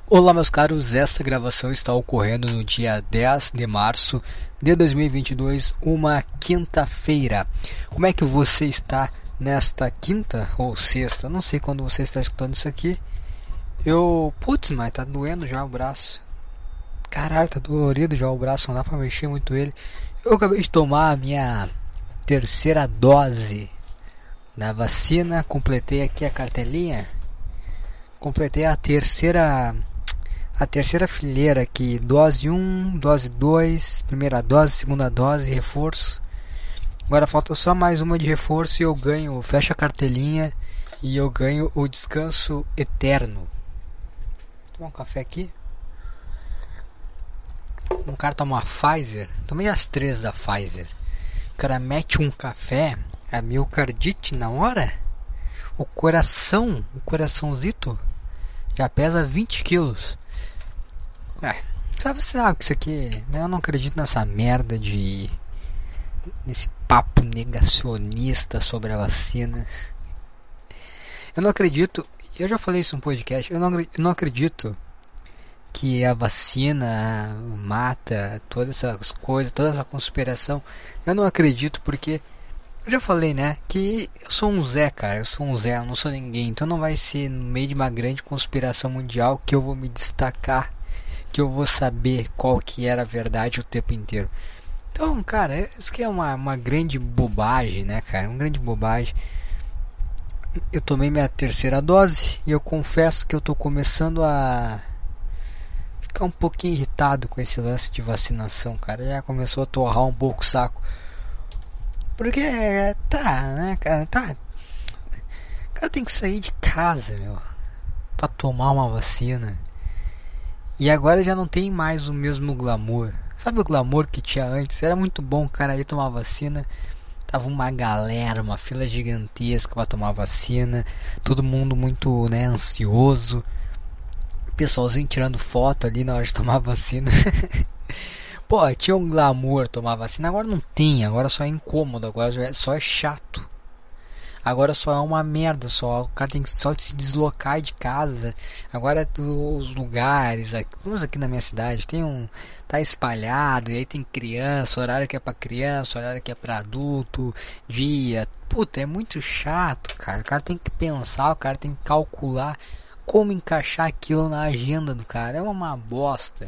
Olá, meus caros, esta gravação está ocorrendo no dia 10 de março de 2022, uma quinta-feira. Como é que você está nesta quinta ou sexta? Não sei quando você está escutando isso aqui. Mas tá doendo já o braço. Caralho, tá dolorido já o braço, não dá pra mexer muito ele. Eu acabei de tomar a minha terceira dose da vacina, completei aqui a cartelinha. Completei a terceira fileira aqui, dose 1, dose 2, primeira dose, segunda dose, reforço. Agora falta só mais uma de reforço e eu ganho, fecho a cartelinha e eu ganho o descanso eterno. Vou tomar um café aqui. Um cara toma uma Pfizer, tomei as 3 da Pfizer. O cara mete um café, a miocardite na hora. O coraçãozito já pesa 20 quilos. Sabe que isso aqui, né? Eu não acredito nessa merda nesse papo negacionista sobre a vacina. Eu não acredito, eu já falei isso no podcast, eu não acredito que a vacina mata todas essas coisas, toda essa conspiração. Eu não acredito porque eu já falei, né, que eu sou um Zé, cara, eu não sou ninguém. Então não vai ser no meio de uma grande conspiração mundial que eu vou me destacar, que eu vou saber qual que era a verdade o tempo inteiro. Então, cara, isso que é uma grande bobagem, né, cara, uma grande bobagem. Eu tomei minha terceira dose e eu confesso que eu tô começando a ficar um pouquinho irritado com esse lance de vacinação, cara. Já começou a torrar um pouco o saco. Porque, né, cara, o cara tem que sair de casa, meu, pra tomar uma vacina. E agora já não tem mais o mesmo glamour. Sabe o glamour que tinha antes? Era muito bom o cara ir tomar vacina. Tava uma galera, uma fila gigantesca pra tomar vacina. Todo mundo muito, né, ansioso. Pessoalzinho tirando foto ali na hora de tomar vacina. Pô, tinha um glamour tomar vacina. Agora não tem, agora só é incômodo. Agora só é chato. Agora só é uma merda, o cara tem que só se deslocar de casa. Agora os lugares, vamos aqui na minha cidade, tá espalhado, e aí tem criança, horário que é pra criança, horário que é pra adulto, dia. Puta, é muito chato, cara. O cara tem que pensar, o cara tem que calcular como encaixar aquilo na agenda do cara. É uma bosta.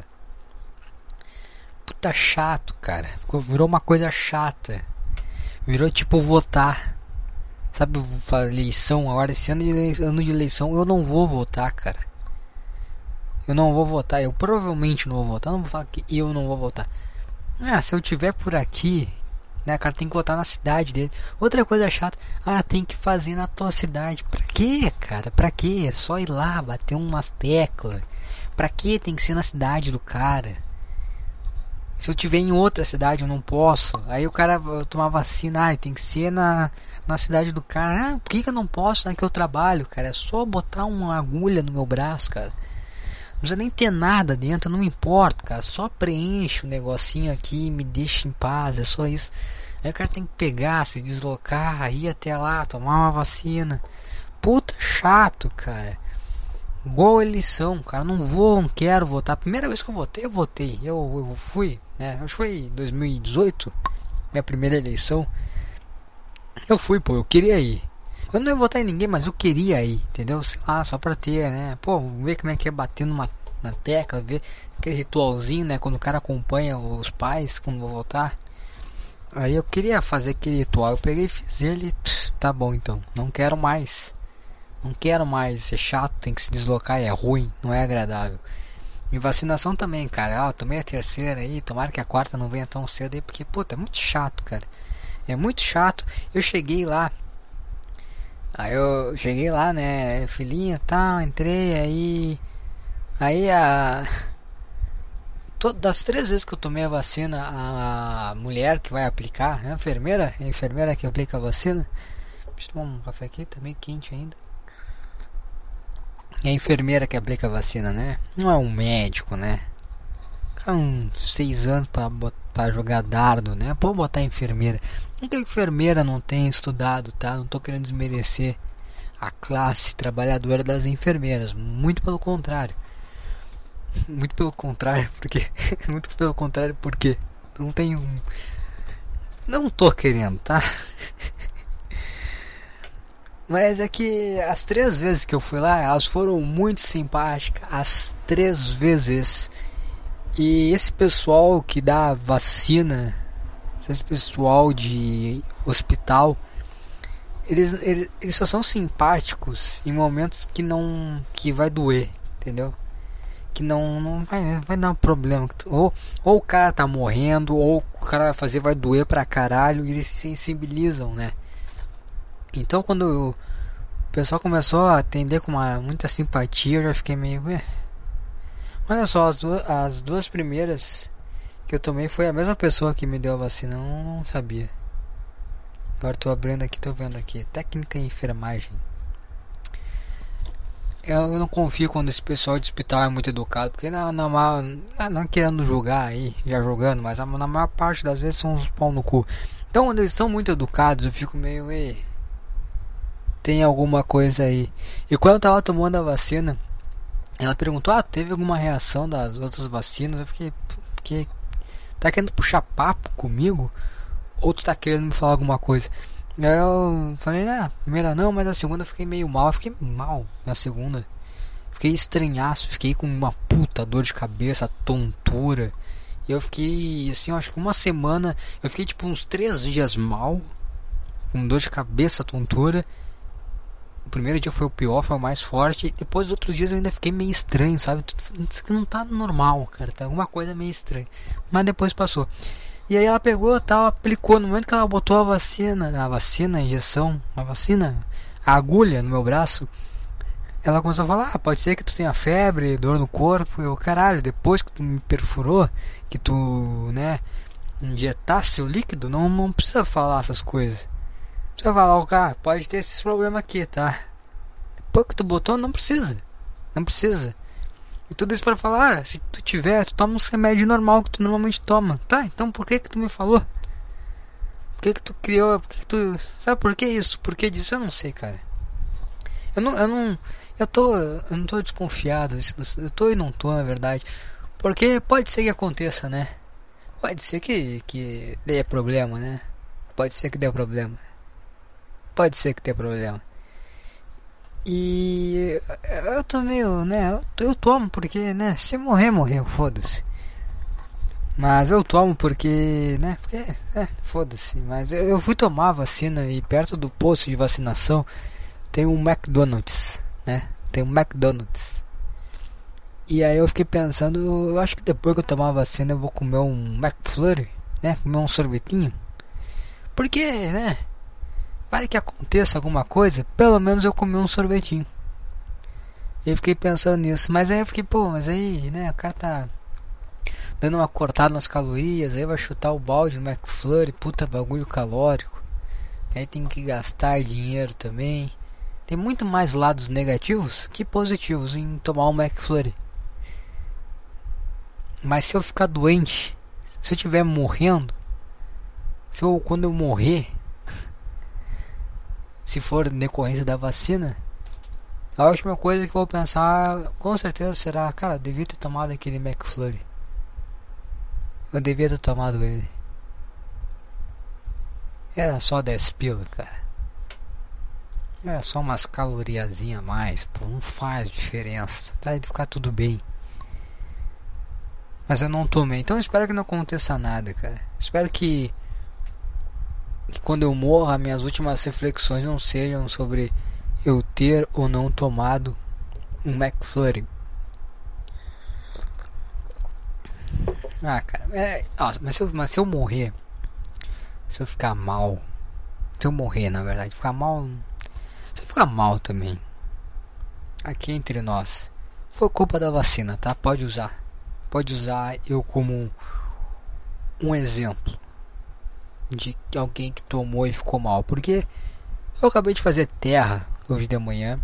Puta chato, cara. Virou uma coisa chata. Virou tipo votar. Sabe, eleição, agora esse ano de eleição eu não vou votar, cara. Eu não vou votar, eu provavelmente não vou votar. Não vou falar que eu não vou votar. Se eu tiver por aqui, né, cara, tem que votar na cidade dele. Outra coisa chata, tem que fazer na tua cidade. Pra quê, cara? Pra quê? É só ir lá, bater umas teclas. Pra quê tem que ser na cidade do cara? Se eu tiver em outra cidade eu não posso. Aí o cara tomar vacina, tem que ser na cidade do cara. Por que eu não posso? Que eu trabalho, cara. É só botar uma agulha no meu braço, cara. Não precisa nem ter nada dentro, não me importa, cara. Só preenche o negocinho aqui e me deixa em paz, é só isso. Aí o cara tem que pegar, se deslocar, ir até lá, tomar uma vacina. Puta chato, cara. Igual a eleição, cara, não quero votar. A primeira vez que eu votei. Eu fui, né? Acho que foi em 2018, minha primeira eleição. Eu fui, eu queria ir. Eu não ia votar em ninguém, mas eu queria ir, entendeu? Sei lá, só pra ter, né? Ver como é que é bater na tecla, ver aquele ritualzinho, né? Quando o cara acompanha os pais quando vou votar. Aí eu queria fazer aquele ritual, eu peguei e fiz ele, tá bom então, não quero mais. Não quero mais, é chato, tem que se deslocar, é ruim, não é agradável. E vacinação também, cara. Tomei a terceira aí, tomara que a quarta não venha tão cedo aí, porque, puta, é muito chato, cara. É muito chato. Eu cheguei lá, né, filhinha, tá, entrei, das 3 vezes que eu tomei a vacina, a mulher que vai aplicar, a enfermeira que aplica a vacina. Deixa eu tomar um café aqui, tá meio quente ainda. É a enfermeira que aplica a vacina, né? Não é um médico, né? Uns 6 anos pra jogar dardo, né? Pode botar enfermeira. Não que a enfermeira não tenha estudado, tá? Não tô querendo desmerecer a classe trabalhadora das enfermeiras. Muito pelo contrário. Muito pelo contrário, porque muito pelo contrário, porque não tenho, não tô querendo, tá? Mas é que as 3 vezes que eu fui lá, elas foram muito simpáticas, as 3 vezes. E esse pessoal que dá vacina, esse pessoal de hospital, eles só são simpáticos em momentos que vai doer, entendeu? Que não vai dar um problema. Ou o cara tá morrendo, ou o cara vai doer pra caralho, e eles se sensibilizam, né? Então quando o pessoal começou a atender com muita simpatia, eu já fiquei meio... Olha só, as duas primeiras que eu tomei foi a mesma pessoa que me deu a vacina, eu não sabia. Agora tô abrindo aqui, tô vendo aqui. Técnica em enfermagem. Eu não confio quando esse pessoal de hospital é muito educado, porque não querendo julgar aí, já julgando, mas na maior parte das vezes são uns pau no cu. Então quando eles são muito educados, eu fico meio, tem alguma coisa aí. E quando eu tava tomando a vacina, ela perguntou, teve alguma reação das outras vacinas? Eu fiquei, tá querendo puxar papo comigo? Ou tu tá querendo me falar alguma coisa? Aí eu falei, a primeira não, mas a segunda eu fiquei meio mal. Eu fiquei mal na segunda. Fiquei estranhaço, fiquei com uma puta dor de cabeça, tontura. E eu fiquei, assim, acho que uma semana. Eu fiquei tipo uns 3 dias mal, com dor de cabeça, tontura. O primeiro dia foi o pior, foi o mais forte. Depois, outros dias eu ainda fiquei meio estranho, sabe? Isso que não tá normal, cara. Tá alguma coisa meio estranha. Mas depois passou. E aí ela pegou, tal, aplicou. No momento que ela botou a vacina, a injeção, a agulha no meu braço, ela começou a falar, pode ser que tu tenha febre, dor no corpo. Eu, caralho, depois que tu me perfurou, que tu, injetasse o líquido, não precisa falar essas coisas. Precisa falar, cara, pode ter esses problemas aqui, tá? Depois que tu botou, não precisa. E tudo isso pra falar, se tu tiver, tu toma um remédio normal que tu normalmente toma. Tá, então por que tu me falou? Por que tu criou? Por que tu... Sabe por que isso? Por que disso? Eu não sei, cara. Eu não tô desconfiado. Eu tô e não tô, na verdade. Porque pode ser que aconteça, né? Pode ser que dê problema, né? Pode ser que dê problema. E eu tô meio, eu tomo porque, se morrer, morreu, foda-se. Mas eu tomo porque, foda-se. Mas eu fui tomar a vacina e perto do posto de vacinação tem um McDonald's, Tem um McDonald's. E aí eu fiquei pensando, eu acho que depois que eu tomar a vacina eu vou comer um McFlurry, Comer um sorvetinho. Porque, vai que aconteça alguma coisa, pelo menos eu comi um sorvetinho. Eu fiquei pensando nisso, mas aí eu fiquei, o cara tá dando uma cortada nas calorias, aí vai chutar o balde no McFlurry, puta bagulho calórico. Aí tem que gastar dinheiro também. Tem muito mais lados negativos que positivos em tomar um McFlurry. Mas se eu ficar doente, se eu estiver morrendo, quando eu morrer, se for decorrência da vacina, a última coisa que eu vou pensar com certeza será, cara, eu devia ter tomado aquele McFlurry. Eu devia ter tomado ele. Era só 10 pila, cara. Era só umas caloriazinhas a mais, pô, não faz diferença. Tá aí de ficar tudo bem. Mas eu não tomei, então eu espero que não aconteça nada, cara. Espero que quando eu morra, minhas últimas reflexões não sejam sobre eu ter ou não tomado um McFlurry. Cara, mas se eu morrer, se eu ficar mal, se eu morrer, na verdade, ficar mal, se eu ficar mal também, aqui entre nós, foi culpa da vacina, tá? Pode usar eu como um exemplo de alguém que tomou e ficou mal, porque eu acabei de fazer terra hoje de manhã.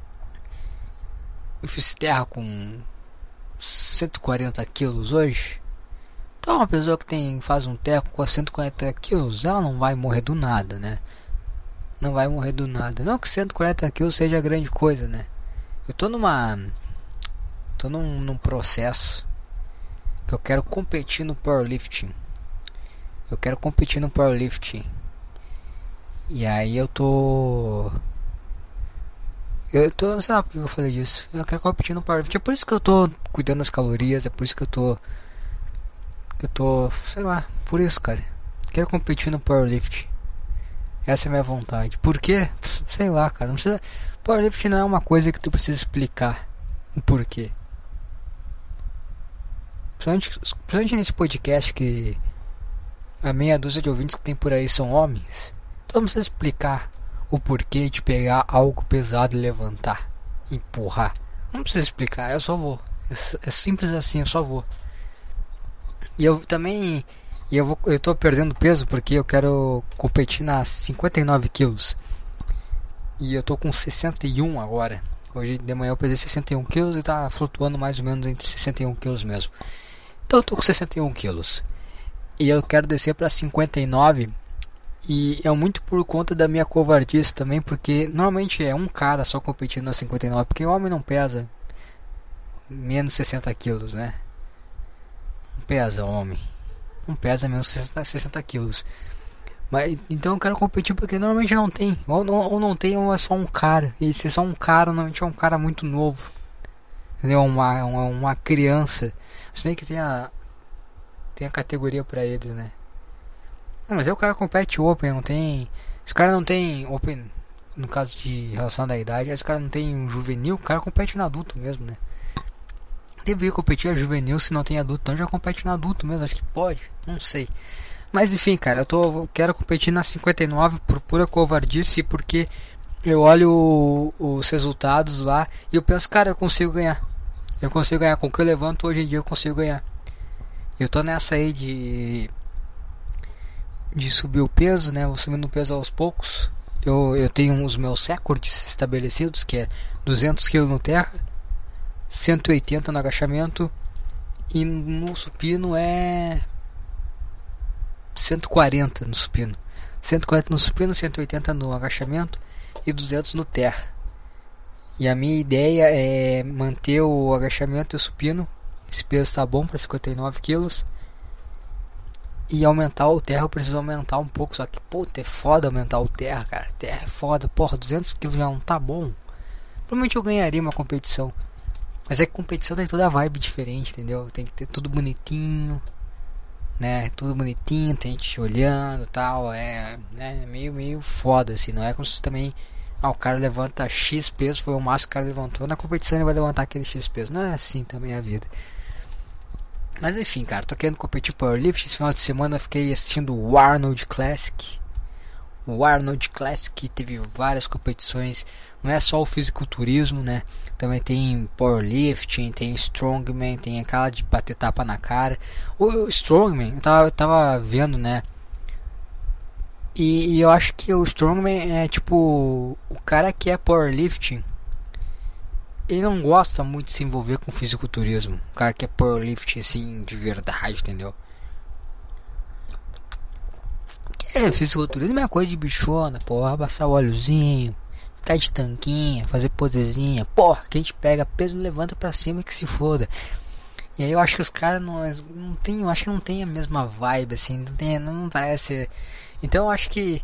Eu fiz terra com 140 quilos hoje. Então uma pessoa que faz um terra com 140 quilos, ela não vai morrer do nada, Não vai morrer do nada. Não que 140 quilos seja grande coisa, Eu tô tô num processo que eu quero competir no powerlifting. E aí não sei lá porque eu falei disso. Eu quero competir no powerlifting. É por isso que eu tô cuidando das calorias. É por isso que eu tô, sei lá, por isso, cara. Quero competir no powerlifting. Essa é a minha vontade. Por quê? Sei lá, cara. Não precisa. Powerlifting não é uma coisa que tu precisa explicar o porquê. Principalmente nesse podcast que a meia dúzia de ouvintes que tem por aí são homens. Então não precisa explicar o porquê de pegar algo pesado e levantar, empurrar. Não precisa explicar, eu só vou. É simples assim, eu só vou. E eu também eu tô perdendo peso porque eu quero competir nas 59 quilos. E eu tô com 61 agora. Hoje de manhã eu pesei 61 quilos e tá flutuando mais ou menos entre 61 quilos mesmo. Então eu tô com 61 quilos. E eu quero descer para 59. E é muito por conta da minha covardice também, porque normalmente é um cara só competindo na 59, porque o homem não pesa menos 60 quilos, né? Não pesa homem, não pesa menos 60 quilos. Mas, então eu quero competir porque normalmente não tem, ou não tem, ou é só um cara. E se é só um cara, normalmente é um cara muito novo, entendeu? Uma criança. Se bem que tem a categoria pra eles, né? Não, mas aí o cara compete Open, não tem. Os caras não tem Open, no caso de relação da idade, os caras não tem um juvenil, o cara compete no adulto mesmo, né? Deveria competir a juvenil se não tem adulto, então já compete no adulto mesmo, acho que pode, não sei. Mas enfim, cara, eu quero competir na 59 por pura covardice, porque eu olho os resultados lá e eu penso, cara, eu consigo ganhar. Com o que eu levanto hoje em dia eu consigo ganhar. Eu tô nessa aí de subir o peso, né? Vou subindo o peso aos poucos. Eu tenho os meus recordes estabelecidos, que é 200 kg no terra, 180 no agachamento, e no supino é 140 no supino. 140 no supino, 180 no agachamento e 200 no terra. E a minha ideia é manter o agachamento e o supino. Esse peso está bom para 59 quilos. E aumentar o terra, eu preciso aumentar um pouco. Só que, puta, é foda aumentar o terra, cara. Terra é foda, porra, 200 quilos já não tá bom. Provavelmente eu ganharia uma competição. Mas é que competição tem toda a vibe diferente, entendeu? Tem que ter tudo bonitinho, né? Tudo bonitinho, tem gente olhando e tal. É, né? Meio foda, assim. Não é como se também... o cara levanta X peso, foi o máximo que o cara levantou. Na competição ele vai levantar aquele X peso. Não é assim também a vida. Mas enfim, cara, tô querendo competir powerlifting. Esse final de semana eu fiquei assistindo o Arnold Classic. O Arnold Classic teve várias competições. Não é só o fisiculturismo, né? Também tem powerlifting, tem strongman, tem aquela de bater tapa na cara. O strongman, eu tava vendo, né? E eu acho que o strongman é tipo... o cara que é powerlifting, ele não gosta muito de se envolver com fisiculturismo. O cara que é powerlifting assim, de verdade, entendeu? Fisiculturismo é coisa de bichona, porra. Passar o óleozinho, ficar de tanquinha, fazer posezinha. Porra, que a gente pega peso e levanta pra cima e que se foda. E aí eu acho que os caras não tem, eu acho que não tem a mesma vibe, assim. Não parece... Então eu acho que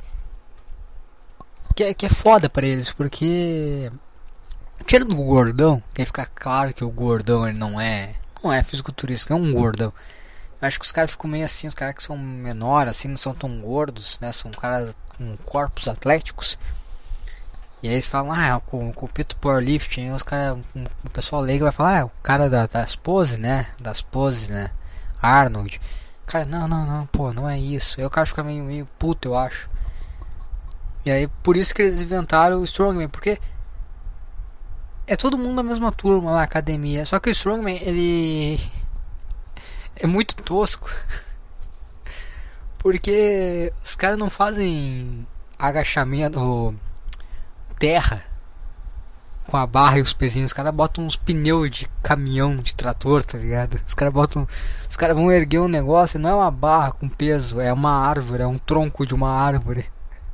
é foda pra eles, porque... tirando o gordão, que aí fica claro que o gordão ele não é fisiculturista, é um gordão. Eu acho que os caras ficam meio assim, os caras que são menores, assim, não são tão gordos, né? São caras com corpos atléticos. E aí eles falam, com o compito powerlifting, aí os caras, o pessoal leigo vai falar, o cara das poses, né? Arnold. Cara, não, pô, não é isso. Aí o cara fica meio puto, eu acho. E aí por isso que eles inventaram o strongman, porque é todo mundo da mesma turma lá, academia. Só que o strongman, ele é muito tosco. Porque os caras não fazem agachamento, terra com a barra e os pezinhos. Os caras botam uns pneus de caminhão, de trator, tá ligado? Os caras vão erguer um negócio, não é uma barra com peso, é uma árvore, é um tronco de uma árvore.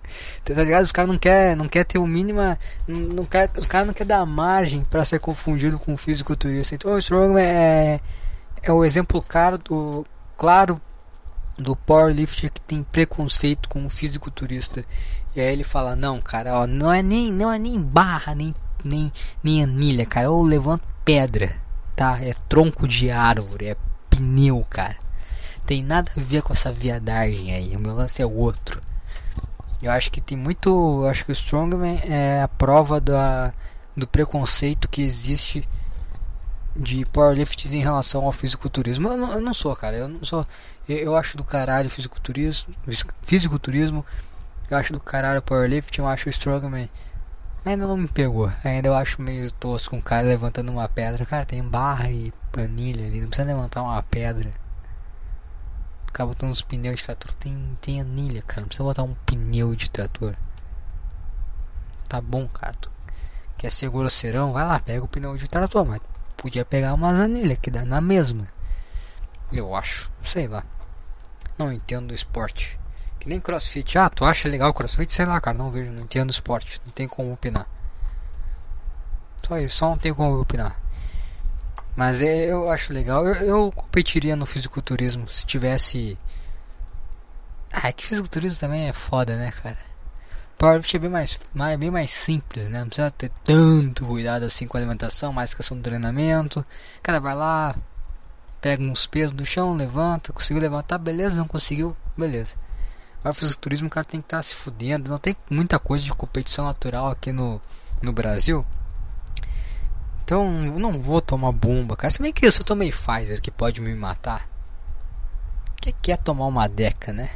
Tá ligado? Os caras não quer ter o mínima. Os caras não quer dar margem pra ser confundido com o fisiculturista. Então o Strongman é o exemplo claro do powerlifter que tem preconceito com o fisiculturista. E aí ele fala: não, cara, ó, não é nem barra, nem anilha, cara. Eu levanto pedra, tá? É tronco de árvore, é pneu, cara. Tem nada a ver com essa viadagem aí. O meu lance é outro. Eu acho que tem muito. Eu acho que o Strongman é a prova do preconceito que existe de powerlifting em relação ao fisiculturismo. Eu não sou, cara. Eu não sou. Eu acho do caralho fisiculturismo. Eu acho do caralho powerlifting. Eu acho o Strongman. Ainda não me pegou. Ainda eu acho meio tosco um cara levantando uma pedra. Cara, tem barra e planilha ali. Não precisa levantar uma pedra. Acaba botando uns pneus de trator. Tem anilha, cara. Não precisa botar um pneu de trator. Tá bom, cara. Tu quer ser grosseirão? Vai lá, pega o pneu de trator. Mas podia pegar umas anilhas que dá na mesma. Eu acho. Sei lá. Não entendo do esporte. Que nem crossfit. Ah, tu acha legal o crossfit? Sei lá, cara. Não vejo. Não entendo do esporte. Não tem como opinar. Só isso. Só não tem como opinar. Mas eu acho legal. Eu competiria no fisiculturismo se tivesse. Ah, é que fisiculturismo também é foda, né, cara? Powerlifting é bem mais simples, né? Não precisa ter tanto cuidado assim com a alimentação, mais questão do treinamento. O cara vai lá, pega uns pesos do chão, levanta, conseguiu levantar, beleza, não conseguiu, beleza. Agora fisiculturismo o cara tem que estar se fudendo. Não tem muita coisa de competição natural aqui no Brasil. Então, eu não vou tomar bomba, cara. Se bem que eu tomei Pfizer, que pode me matar. O que é tomar uma Deca, né?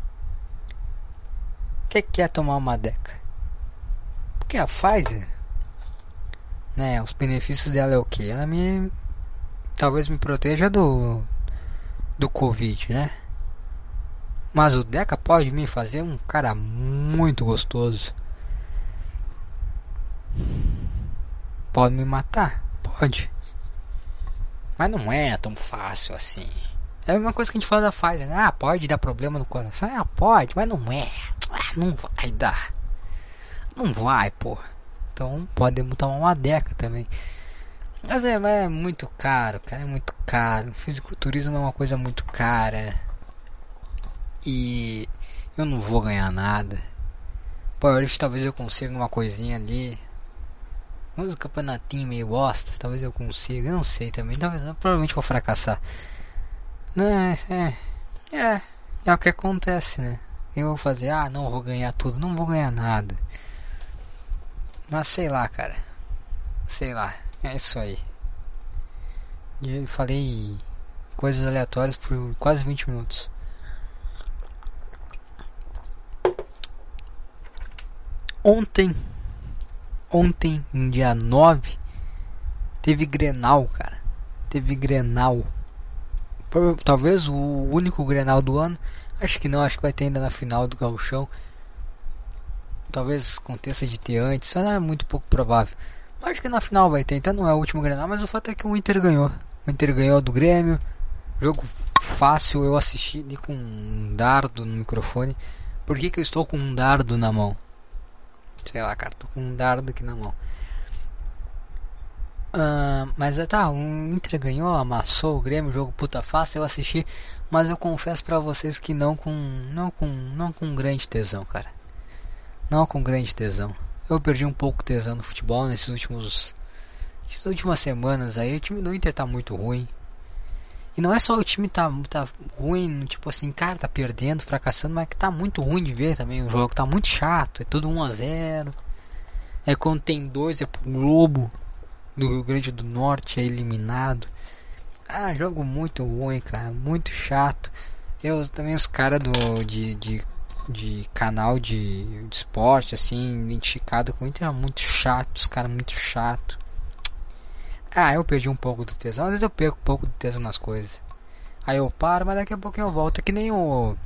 O que é tomar uma Deca? Porque a Pfizer, né, os benefícios dela é o que? Ela talvez me proteja do Covid, né? Mas o Deca pode me fazer um cara muito gostoso. Pode me matar? Pode. Mas não é tão fácil assim. É a mesma coisa que a gente fala da Pfizer, né? Ah, pode dar problema no coração? Ah, pode, mas não é. Ah, não vai dar. Não vai, porra. Então podemos tomar uma Deca também. Mas é muito caro, cara. É muito caro. Fisiculturismo é uma coisa muito cara. E eu não vou ganhar nada. Powerlifting talvez eu consiga uma coisinha ali. Mas o campeonatinho meio bosta, talvez eu consiga, eu não sei também, talvez eu provavelmente vou fracassar. Não, é o que acontece, né? Eu vou fazer, não vou ganhar tudo, não vou ganhar nada. Mas sei lá, cara. Sei lá, é isso aí. Eu falei coisas aleatórias por quase 20 minutos. Ontem, no dia 9, teve Grenal, cara. Teve Grenal. Talvez o único Grenal do ano. Acho que não, acho que vai ter ainda na final do Gauchão. Talvez aconteça de ter antes, só não é muito pouco provável. Mas acho que na final vai ter, então não é o último Grenal. Mas o fato é que o Inter ganhou. O Inter ganhou do Grêmio. Jogo fácil, eu assisti ali com um dardo no microfone. Por que eu estou com um dardo na mão? Sei lá, cara, tô com um dardo aqui na mão. Mas o Inter ganhou, amassou o Grêmio, jogo puta fácil, eu assisti, mas eu confesso pra vocês que não com grande tesão, cara. Não com grande tesão. Eu perdi um pouco tesão no futebol nessas últimas semanas aí. O time do Inter tá muito ruim. E não é só o time tá ruim, tipo assim, cara, tá perdendo, fracassando, mas que tá muito ruim de ver também. O jogo tá muito chato, é tudo 1-0. É quando tem 2 é pro Globo do Rio Grande do Norte, é eliminado. Jogo muito ruim, cara, muito chato. Também os caras de canal de esporte, assim, identificado com o Inter, é muito chato, os caras muito chato. Eu perdi um pouco do tesão. Às vezes eu perco um pouco do tesão nas coisas. Aí eu paro, mas daqui a pouquinho eu volto. É que nem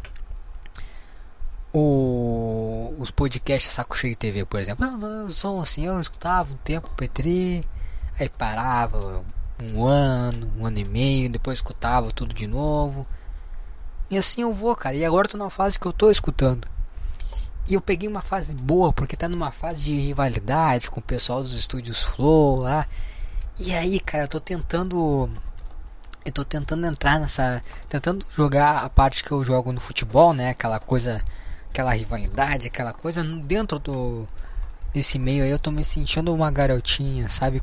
os podcasts Saco Cheio TV, por exemplo. Eu sou assim, eu escutava um tempo o Petri, aí parava um ano e meio, depois escutava tudo de novo. E assim eu vou, cara. E agora eu tô na fase que eu tô escutando. E eu peguei uma fase boa, porque tá numa fase de rivalidade com o pessoal dos estúdios Flow lá. E aí, cara, eu tô tentando entrar nessa, tentando jogar a parte que eu jogo no futebol, né? Aquela coisa, aquela rivalidade, aquela coisa dentro desse meio aí. Eu tô me sentindo uma garotinha, sabe?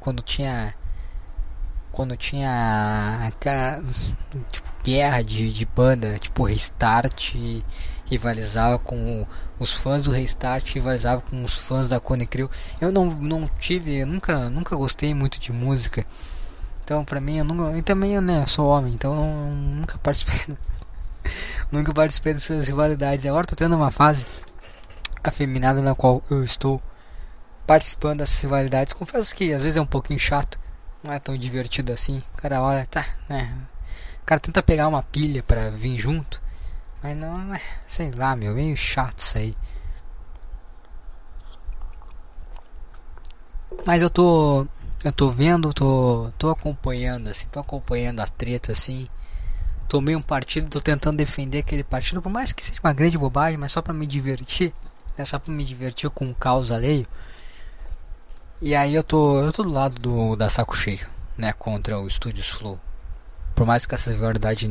Quando tinha aquela, tipo, guerra de banda, tipo Restart rivalizava com os fãs do Restart, rivalizava com os fãs da Cone Crew. Eu nunca gostei muito de música. Então, pra mim, eu também, né, sou homem, então eu nunca participei, nunca participei dessas rivalidades. Agora tô tendo uma fase afeminada na qual eu estou participando dessas rivalidades. Confesso que às vezes é um pouquinho chato, não é tão divertido assim. O cara olha, tá, né? O cara tenta pegar uma pilha pra vir junto, mas não, sei lá, meu, meio chato isso aí. Mas eu tô vendo, tô acompanhando assim, tô acompanhando a treta assim. Tomei um partido, tô tentando defender aquele partido, por mais que seja uma grande bobagem, mas só pra me divertir, né? Só pra me divertir com o caos alheio. E aí eu tô do lado da Saco Cheio, né, contra o Estúdios Flow. Por mais que essa verdade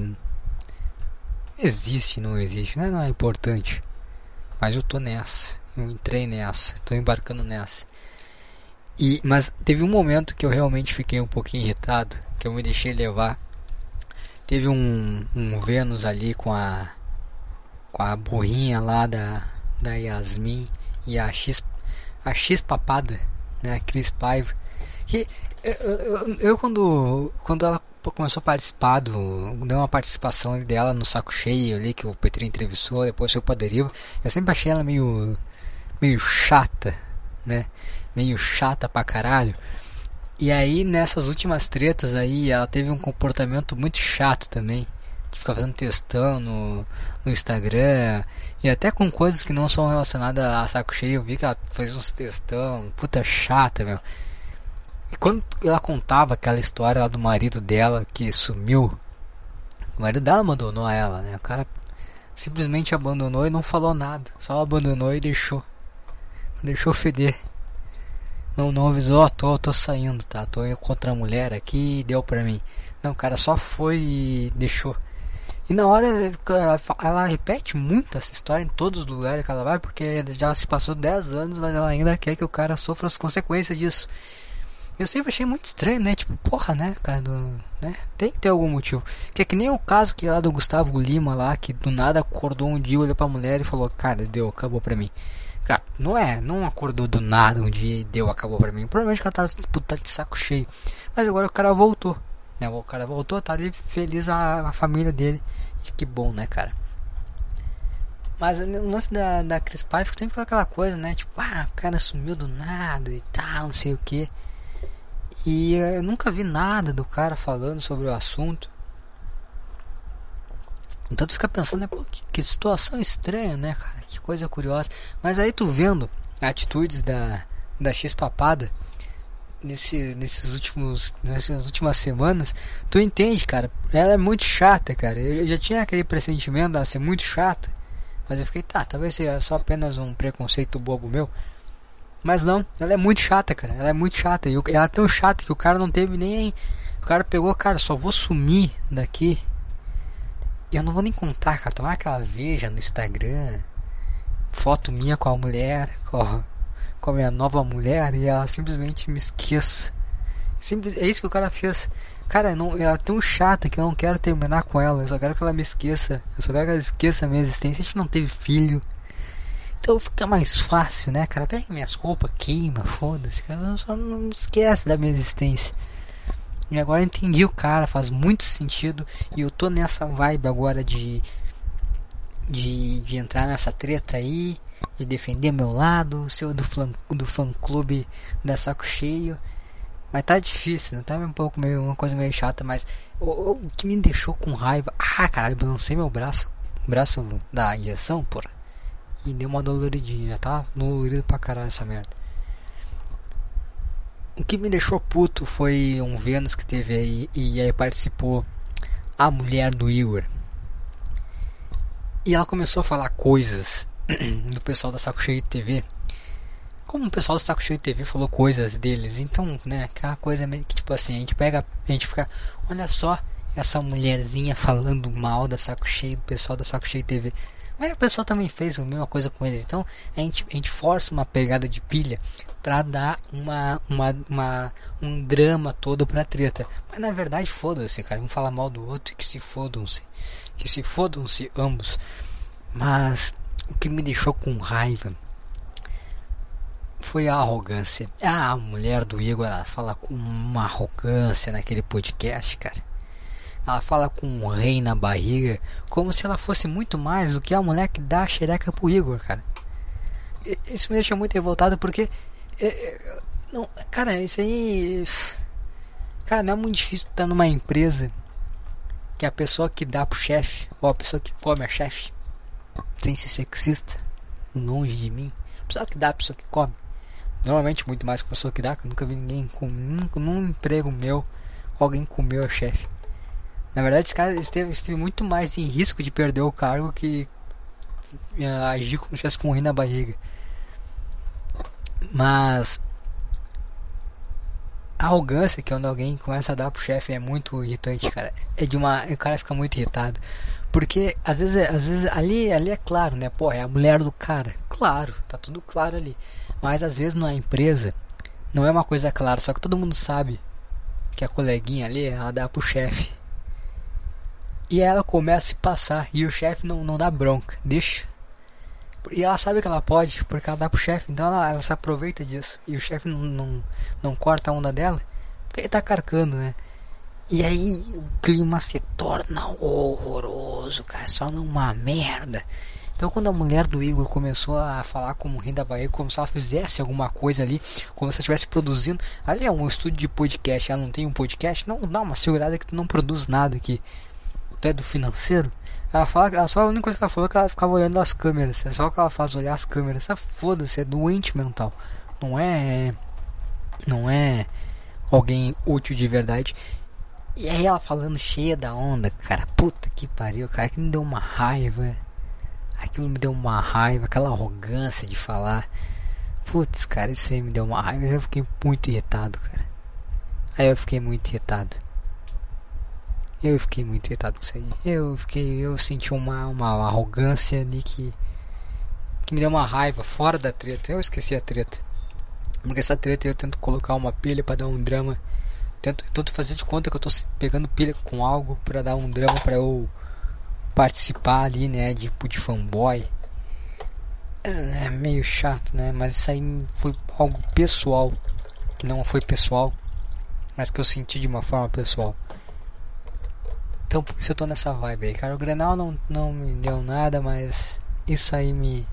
não existe, né, não é importante. Mas eu tô nessa, eu entrei nessa, tô embarcando nessa. Mas teve um momento que eu realmente fiquei um pouquinho irritado, que eu me deixei levar. Teve um Vênus ali com a burrinha lá da Yasmin e a X Papada, né, a Cris Paiva. Que eu quando ela começou a participar deu uma participação dela no Saco Cheio ali, que o Petri entrevistou, depois foi pra Deriva. Eu sempre achei ela meio chata, né? Meio chata pra caralho. E aí nessas últimas tretas aí ela teve um comportamento muito chato também. Ficar fazendo textão no Instagram. E até com coisas que não são relacionadas a Saco Cheio. Eu vi que ela fez uns textão. Puta chata, meu. E quando ela contava aquela história lá do marido dela que sumiu. O marido dela abandonou ela, né? O cara simplesmente abandonou e não falou nada. Só abandonou e deixou feder. Não avisou, tô saindo, tá? Tô com outra mulher aqui e deu pra mim. Não, o cara só foi e deixou. E na hora ela repete muito essa história em todos os lugares que ela vai, porque já se passou 10 anos, mas ela ainda quer que o cara sofra as consequências disso. Eu sempre achei muito estranho, né? Tipo, porra, né, cara, né? Tem que ter algum motivo. Que é que nem o caso que lá do Gustavo Lima lá, que do nada acordou um dia, olhou pra mulher e falou, cara, acabou pra mim. Cara, não acordou do nada um dia e acabou pra mim. Provavelmente o cara tá de saco cheio. Mas agora o cara voltou, né? O cara voltou, tá ali feliz a família dele. E que bom, né, cara? Mas o lance da Cris Paiva sempre foi aquela coisa, né? Tipo, o cara sumiu do nada e tal, não sei o que. E eu nunca vi nada do cara falando sobre o assunto. Então tu fica pensando, né, pô, que situação estranha, né, cara? Que coisa curiosa. Mas aí tu vendo atitudes da X Papada nessas últimas semanas, tu entende, cara. Ela é muito chata, cara. Eu já tinha aquele pressentimento dela ser muito chata. Mas eu fiquei, talvez seja só apenas um preconceito bobo meu. Mas não, ela é muito chata, cara. Ela é muito chata. E ela é tão chata que o cara não teve nem... O cara pegou, cara, só vou sumir daqui. E eu não vou nem contar, cara. Tomara que ela veja no Instagram foto minha com a mulher, com a minha nova mulher, e ela simplesmente me esqueça. É isso que o cara fez. Cara, ela é tão chata que eu não quero terminar com ela. Eu só quero que ela me esqueça. Eu só quero que ela esqueça a minha existência. A gente não teve filho. Então fica mais fácil, né, cara? Pega minhas roupas, queima, foda-se, cara. Só não esquece da minha existência. E agora eu entendi o cara, faz muito sentido. E eu tô nessa vibe agora de entrar nessa treta aí, de defender meu lado, ser do fã clube da Saco Cheio. Mas tá difícil, né? Tá uma coisa meio chata, mas o que me deixou com raiva. Caralho, balancei meu braço da injeção, porra. E deu uma doloridinha, tá dolorido pra caralho essa merda. O que me deixou puto foi um Vênus que teve aí, e aí participou a mulher do Igor. E ela começou a falar coisas do pessoal da Saco Cheio TV. Como o pessoal do Saco Cheio TV falou coisas deles, então, né, aquela coisa meio que tipo assim, a gente fica, olha só, essa mulherzinha falando mal da Saco Cheio, do pessoal da Saco Cheio TV. Mas o pessoal também fez a mesma coisa com eles, então a gente força uma pegada de pilha pra dar um drama todo pra treta. Mas na verdade, foda-se, cara, um fala mal do outro e que se fodam-se ambos. Mas o que me deixou com raiva foi a arrogância. A mulher do Igor, ela fala com uma arrogância naquele podcast, cara. Ela fala com um rei na barriga, como se ela fosse muito mais do que a mulher que dá a xereca pro Igor, cara. Isso me deixa muito revoltado porque... não, cara, isso aí... Cara, não é muito difícil estar numa empresa que a pessoa que dá pro chefe, ou a pessoa que come a chefe, sem ser sexista, longe de mim, a pessoa que dá, a pessoa que come. Normalmente muito mais que a pessoa que dá, que eu nunca vi ninguém num emprego meu, alguém comeu a chefe. Na verdade, esse cara esteve muito mais em risco de perder o cargo que agir como se tivesse com um rim na barriga. Mas a arrogância que quando alguém começa a dar pro chefe é muito irritante, cara. O cara fica muito irritado. Porque às vezes ali é claro, né? Pô, é a mulher do cara. Claro, tá tudo claro ali. Mas às vezes na empresa não é uma coisa clara, só que todo mundo sabe que a coleguinha ali, ela dá pro chefe. E ela começa a se passar e o chefe não dá bronca, deixa. E ela sabe que ela pode, porque ela dá pro chefe, então ela se aproveita disso. E o chefe não corta a onda dela, porque ele tá carcando, né? E aí o clima se torna horroroso, cara, só numa merda. Então quando a mulher do Igor começou a falar como rei da Bahia, como se ela fizesse alguma coisa ali, como se ela estivesse produzindo. Ali é um estúdio de podcast, ela não tem um podcast? Não, dá uma segurada que tu não produz nada aqui. Tu é do financeiro? Só a única coisa que ela falou é que ela ficava olhando as câmeras. É só o que ela faz, olhar as câmeras. Foda-se, é doente mental. Não é alguém útil de verdade. E aí ela falando cheia da onda, cara. Puta que pariu, cara. Que me deu uma raiva. Aquilo me deu uma raiva. Aquela arrogância de falar. Putz, cara, isso aí me deu uma raiva. Eu fiquei muito irritado, cara. Eu fiquei muito irritado com isso aí. Eu senti uma arrogância ali que me deu uma raiva fora da treta. Eu esqueci a treta. Porque essa treta eu tento colocar uma pilha pra dar um drama. Tento fazer de conta que eu tô pegando pilha com algo pra dar um drama, pra eu participar ali, né, de fanboy. É meio chato, né, mas isso aí foi algo pessoal, que não foi pessoal, mas que eu senti de uma forma pessoal. Então por isso eu tô nessa vibe aí, cara. O Grenal não me deu nada, mas isso aí me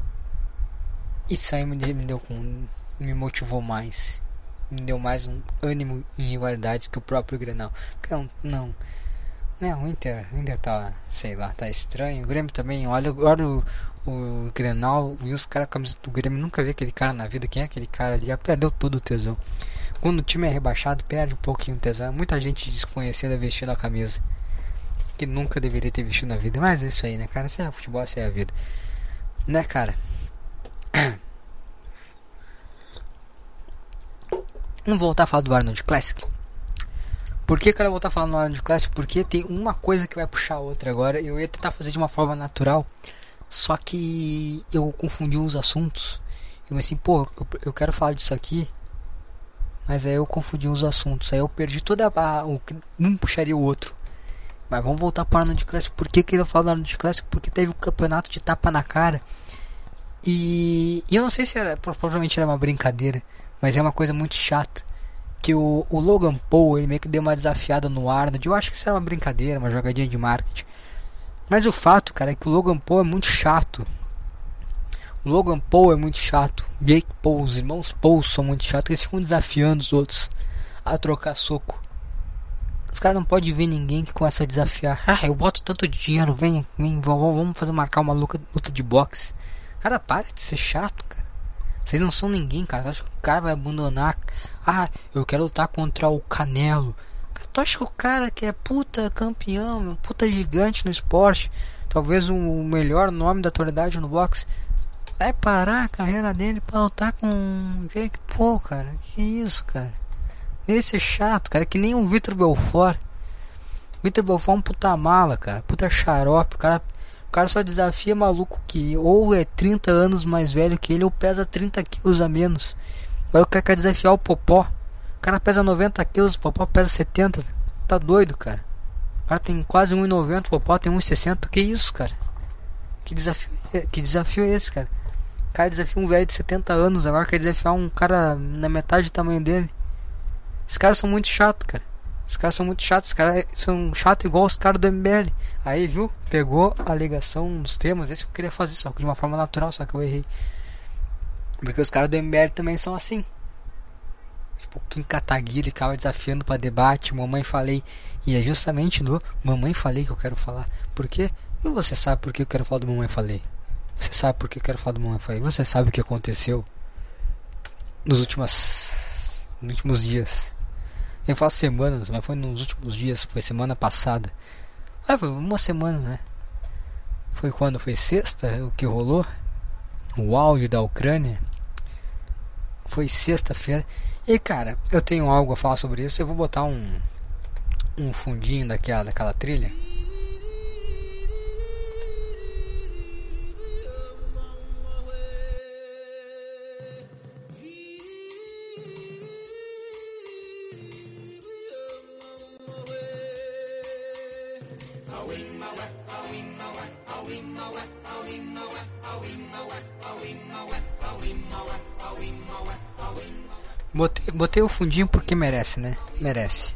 me motivou mais. Me deu mais um ânimo em rivalidades que o próprio Grenal. Porque o Inter tá, sei lá, tá estranho. O Grêmio também, olha o Grenal, e os caras com a camiseta do Grêmio, nunca vi aquele cara na vida. Quem é aquele cara ali? Já perdeu todo o tesão. Quando o time é rebaixado, perde um pouquinho o tesão. Muita gente desconhecida vestindo a camisa que nunca deveria ter vestido na vida. Mas é isso aí, né, cara? Se é futebol, se é a vida, né, cara? Vamos voltar a falar do Arnold Classic. Por que eu quero voltar a falar no Arnold Classic? Porque tem uma coisa que vai puxar a outra agora. Eu ia tentar fazer de uma forma natural, só que eu confundi os assuntos. Eu pensei, pô, eu quero falar disso aqui, mas aí eu confundi os assuntos. Aí eu perdi o que um puxaria o outro. Mas vamos voltar para o Arnold Classic. Por que eu queria falar do Arnold Classic? Porque teve um campeonato de tapa na cara. E eu não sei se era, provavelmente era uma brincadeira, mas é uma coisa muito chata. Que o Logan Paul, ele meio que deu uma desafiada no Arnold. Eu acho que isso era uma brincadeira, uma jogadinha de marketing. Mas o fato, cara, é que o Logan Paul é muito chato. O Logan Paul é muito chato. Jake Paul, os irmãos Paul são muito chatos. Eles ficam desafiando os outros a trocar soco. Os caras não podem ver ninguém que começa a desafiar. Eu boto tanto dinheiro, vem, vamos marcar uma luta de boxe. Cara, para de ser chato, cara. Vocês não são ninguém, cara. Você acha que o cara vai abandonar? Eu quero lutar contra o Canelo. Tu acha que o cara que é puta campeão, puta gigante no esporte, talvez o melhor nome da atualidade no boxe, vai parar a carreira dele pra lutar com o Jake Paul, cara. Que isso, cara? Esse é chato, cara. É que nem o Vitor Belfort. Vitor Belfort é um puta mala, cara. Puta xarope. O cara só desafia maluco que ou é 30 anos mais velho que ele ou pesa 30 quilos a menos. Agora o cara quer desafiar o Popó. O cara pesa 90 quilos, o Popó pesa 70. Tá doido, cara. O cara tem quase 1,90, o Popó tem 1,60. Que isso, cara? Que desafio é esse, cara? O cara desafia um velho de 70 anos, agora quer desafiar um cara na metade do tamanho dele. Esses caras são muito chatos, cara. Os caras são muito chatos, os caras são chatos igual os caras do MBL. Aí, viu? Pegou a ligação dos temas, esse que eu queria fazer, só que de uma forma natural, só que eu errei. Porque os caras do MBL também são assim. Tipo, o Kim Kataguiri acaba desafiando pra debate, Mamãe Falei. E é justamente no Mamãe Falei que eu quero falar. Por quê? E você sabe por que eu quero falar do Mamãe Falei? Você sabe por que eu quero falar do Mamãe Falei? Você sabe o que aconteceu nos últimos dias? Eu falo semanas, mas foi nos últimos dias, foi semana passada. Foi uma semana, né? Foi quando? Foi sexta o que rolou? O áudio da Ucrânia. Foi sexta-feira. E cara, eu tenho algo a falar sobre isso. Eu vou botar um fundinho daquela trilha. Botei o fundinho porque merece, né? Merece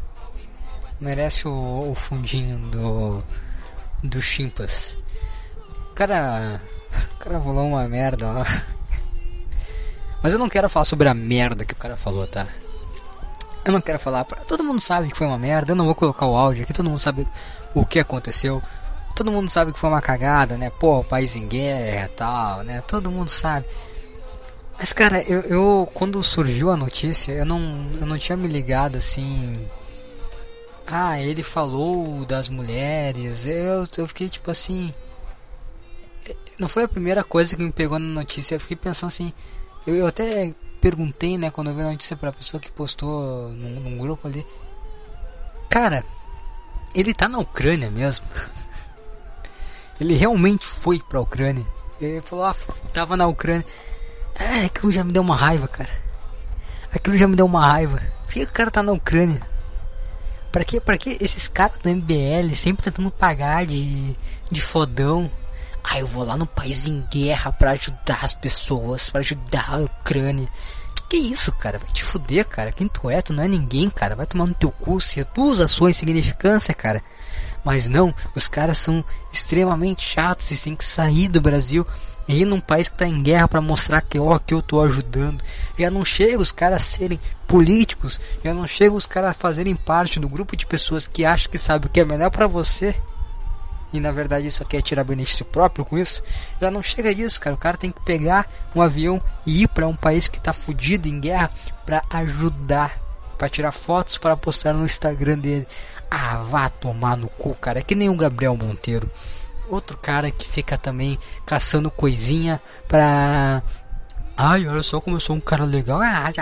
o fundinho do Chimpas. O cara falou uma merda lá. Mas eu não quero falar sobre a merda que o cara falou, tá? Eu não quero falar. Todo mundo sabe que foi uma merda. Eu não vou colocar o áudio aqui. Todo mundo sabe o que aconteceu. Todo mundo sabe que foi uma cagada, né? Pô, o país em guerra e tal, né? Todo mundo sabe. Mas cara, eu quando surgiu a notícia, eu não tinha me ligado assim. Ah, ele falou das mulheres. Eu fiquei tipo assim. Não foi a primeira coisa que me pegou na notícia. Eu fiquei pensando assim. Eu até perguntei, né, quando eu vi a notícia pra pessoa que postou num grupo ali. Cara, ele tá na Ucrânia mesmo? Ele realmente foi pra Ucrânia? Ele falou, tava na Ucrânia. Aquilo já me deu uma raiva, cara. Aquilo já me deu uma raiva. Por que o cara tá na Ucrânia? Pra que esses caras do MBL sempre tentando pagar de fodão? Eu vou lá no país em guerra pra ajudar as pessoas, pra ajudar a Ucrânia. Que isso, cara? Vai te fuder, cara. Quem tu é? Tu não é ninguém, cara. Vai tomar no teu cu, reduz a sua insignificância, cara. Mas não, os caras são extremamente chatos e tem que sair do Brasil e ir num país que tá em guerra pra mostrar que eu tô ajudando. Já não chega os caras serem políticos, já não chega os caras fazerem parte do grupo de pessoas que acham que sabe o que é melhor pra você. E na verdade só quer tirar benefício próprio com isso. Já não chega disso, cara. O cara tem que pegar um avião e ir pra um país que tá fudido em guerra pra ajudar, pra tirar fotos para postar no Instagram dele. Vá tomar no cu, cara. É que nem o Gabriel Monteiro, outro cara que fica também caçando coisinha pra... olha só como eu sou um cara legal.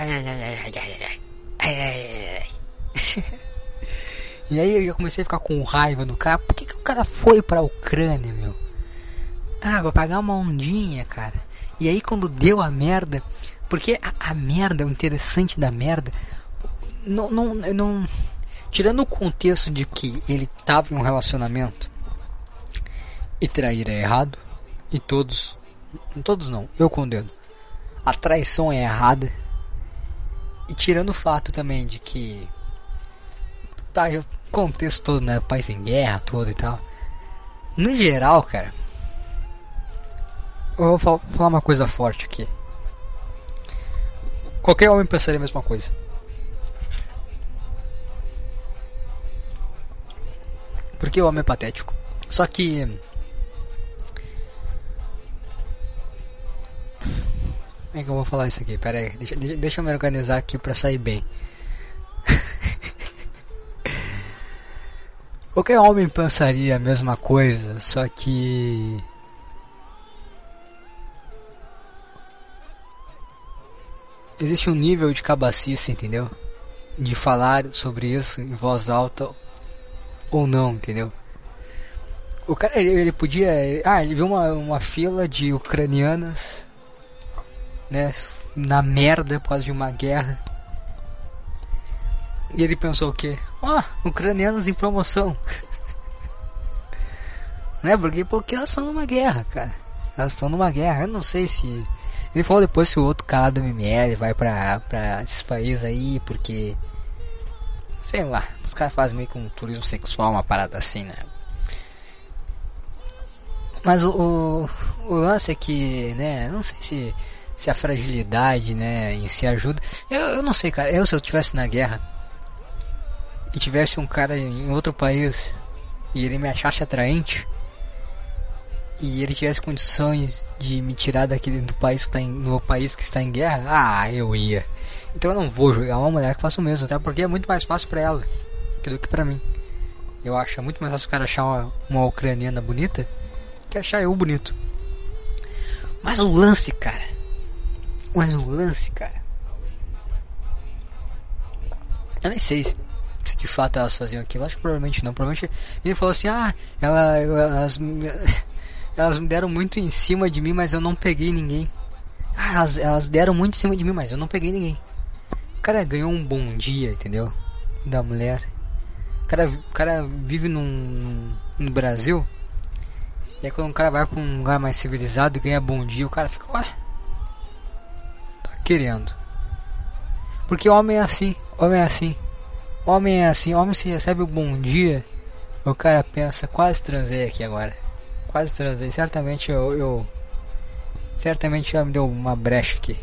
E aí eu já comecei a ficar com raiva do cara. Por que o cara foi pra Ucrânia, meu? Vai pagar uma ondinha, cara. E aí quando deu a merda... Porque a merda, o interessante da merda... Não tirando o contexto de que ele tava em um relacionamento... E trair é errado. E todos não, eu condeno. A traição é errada. E tirando o fato também de que... Tá, o contexto todo, né? País em guerra, todo e tal. No geral, cara... Eu vou falar uma coisa forte aqui. Qualquer homem pensaria a mesma coisa. Porque o homem é patético. Só que... Como é que eu vou falar isso aqui? Pera aí, deixa eu me organizar aqui pra sair bem. Qualquer homem pensaria a mesma coisa, só que... existe um nível de cabacice, entendeu? De falar sobre isso em voz alta ou não, entendeu? O cara, ele podia... ele viu uma fila de ucranianas, né, na merda por causa de uma guerra. E ele pensou o quê? Ucranianas em promoção. Né? Porque elas estão numa guerra, cara. Elas estão numa guerra. Eu não sei se... Ele falou depois se o outro cara do MML vai pra esses países aí, porque... Sei lá. Os caras fazem meio que um turismo sexual, uma parada assim, né? Mas o lance é que, né? Não sei se a fragilidade, né, em si ajuda. Eu não sei, cara. Se eu estivesse na guerra e tivesse um cara em outro país e ele me achasse atraente e ele tivesse condições de me tirar do país que no país que está em guerra, eu ia. Então eu não vou jogar uma mulher que faça o mesmo, até porque é muito mais fácil pra ela do que pra mim. Eu acho muito mais fácil o cara achar uma ucraniana bonita que achar eu bonito. Mas o lance, cara, eu nem sei se de fato elas faziam aquilo. Acho que provavelmente não. Provavelmente ele falou assim: elas me deram muito em cima de mim, mas eu não peguei ninguém. Elas deram muito em cima de mim, mas eu não peguei ninguém. O cara ganhou um bom dia, entendeu? Da mulher. O cara vive no Brasil. E aí quando o cara vai pra um lugar mais civilizado e ganha bom dia, o cara fica, tá querendo. Porque homem é assim. Homem se recebe o bom dia, o cara pensa, quase transei aqui agora. Quase transei. Certamente já me deu uma brecha aqui.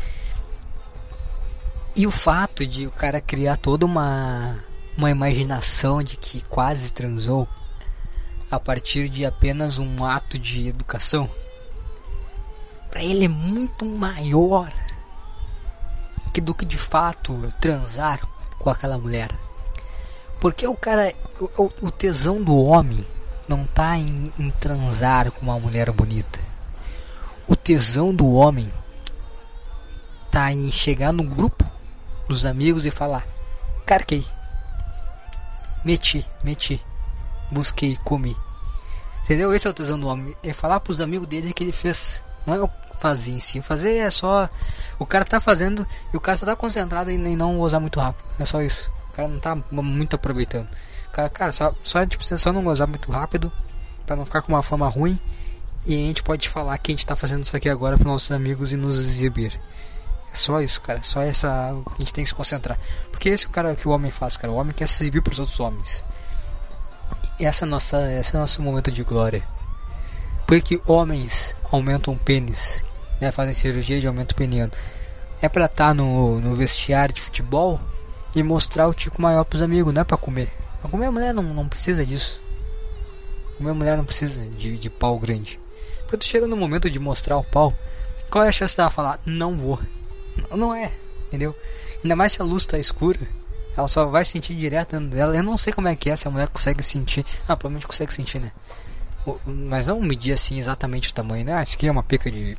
E o fato de o cara criar toda uma imaginação de que quase transou a partir de apenas um ato de educação, pra ele é muito maior do que de fato transar com aquela mulher. Porque o cara, o tesão do homem não tá em transar com uma mulher bonita. O tesão do homem tá em chegar no grupo dos amigos e falar: carquei, meti, busquei, comi. Entendeu? Esse é o tesão do homem. É falar pros amigos dele que ele fez. Não é o fazer em si. Fazer é só... O cara tá fazendo e o cara só tá concentrado em não gozar muito rápido. É só isso. O cara não tá muito aproveitando. Cara, só não gozar muito rápido pra não ficar com uma fama ruim. E a gente pode falar que a gente tá fazendo isso aqui agora pros nossos amigos e nos exibir. É só isso, cara. Só essa... A gente tem que se concentrar. Porque esse é o cara que o homem faz, cara. O homem quer se exibir pros outros homens. E esse é nosso momento de glória. Por que homens aumentam o pênis, né, fazem cirurgia de aumento peniano? É pra estar no vestiário de futebol e mostrar o tico maior pros amigos, não é pra comer. Pra comer a mulher não precisa disso. Comer a mulher não precisa de pau grande. Porque tu chega no momento de mostrar o pau, qual é a chance dela falar, não vou? Não é, entendeu? Ainda mais se a luz tá escura, ela só vai sentir direto dentro dela. Eu não sei como é que é, se a mulher consegue sentir. Provavelmente consegue sentir, né? Mas não medir assim exatamente o tamanho, né? Isso aqui é uma pica de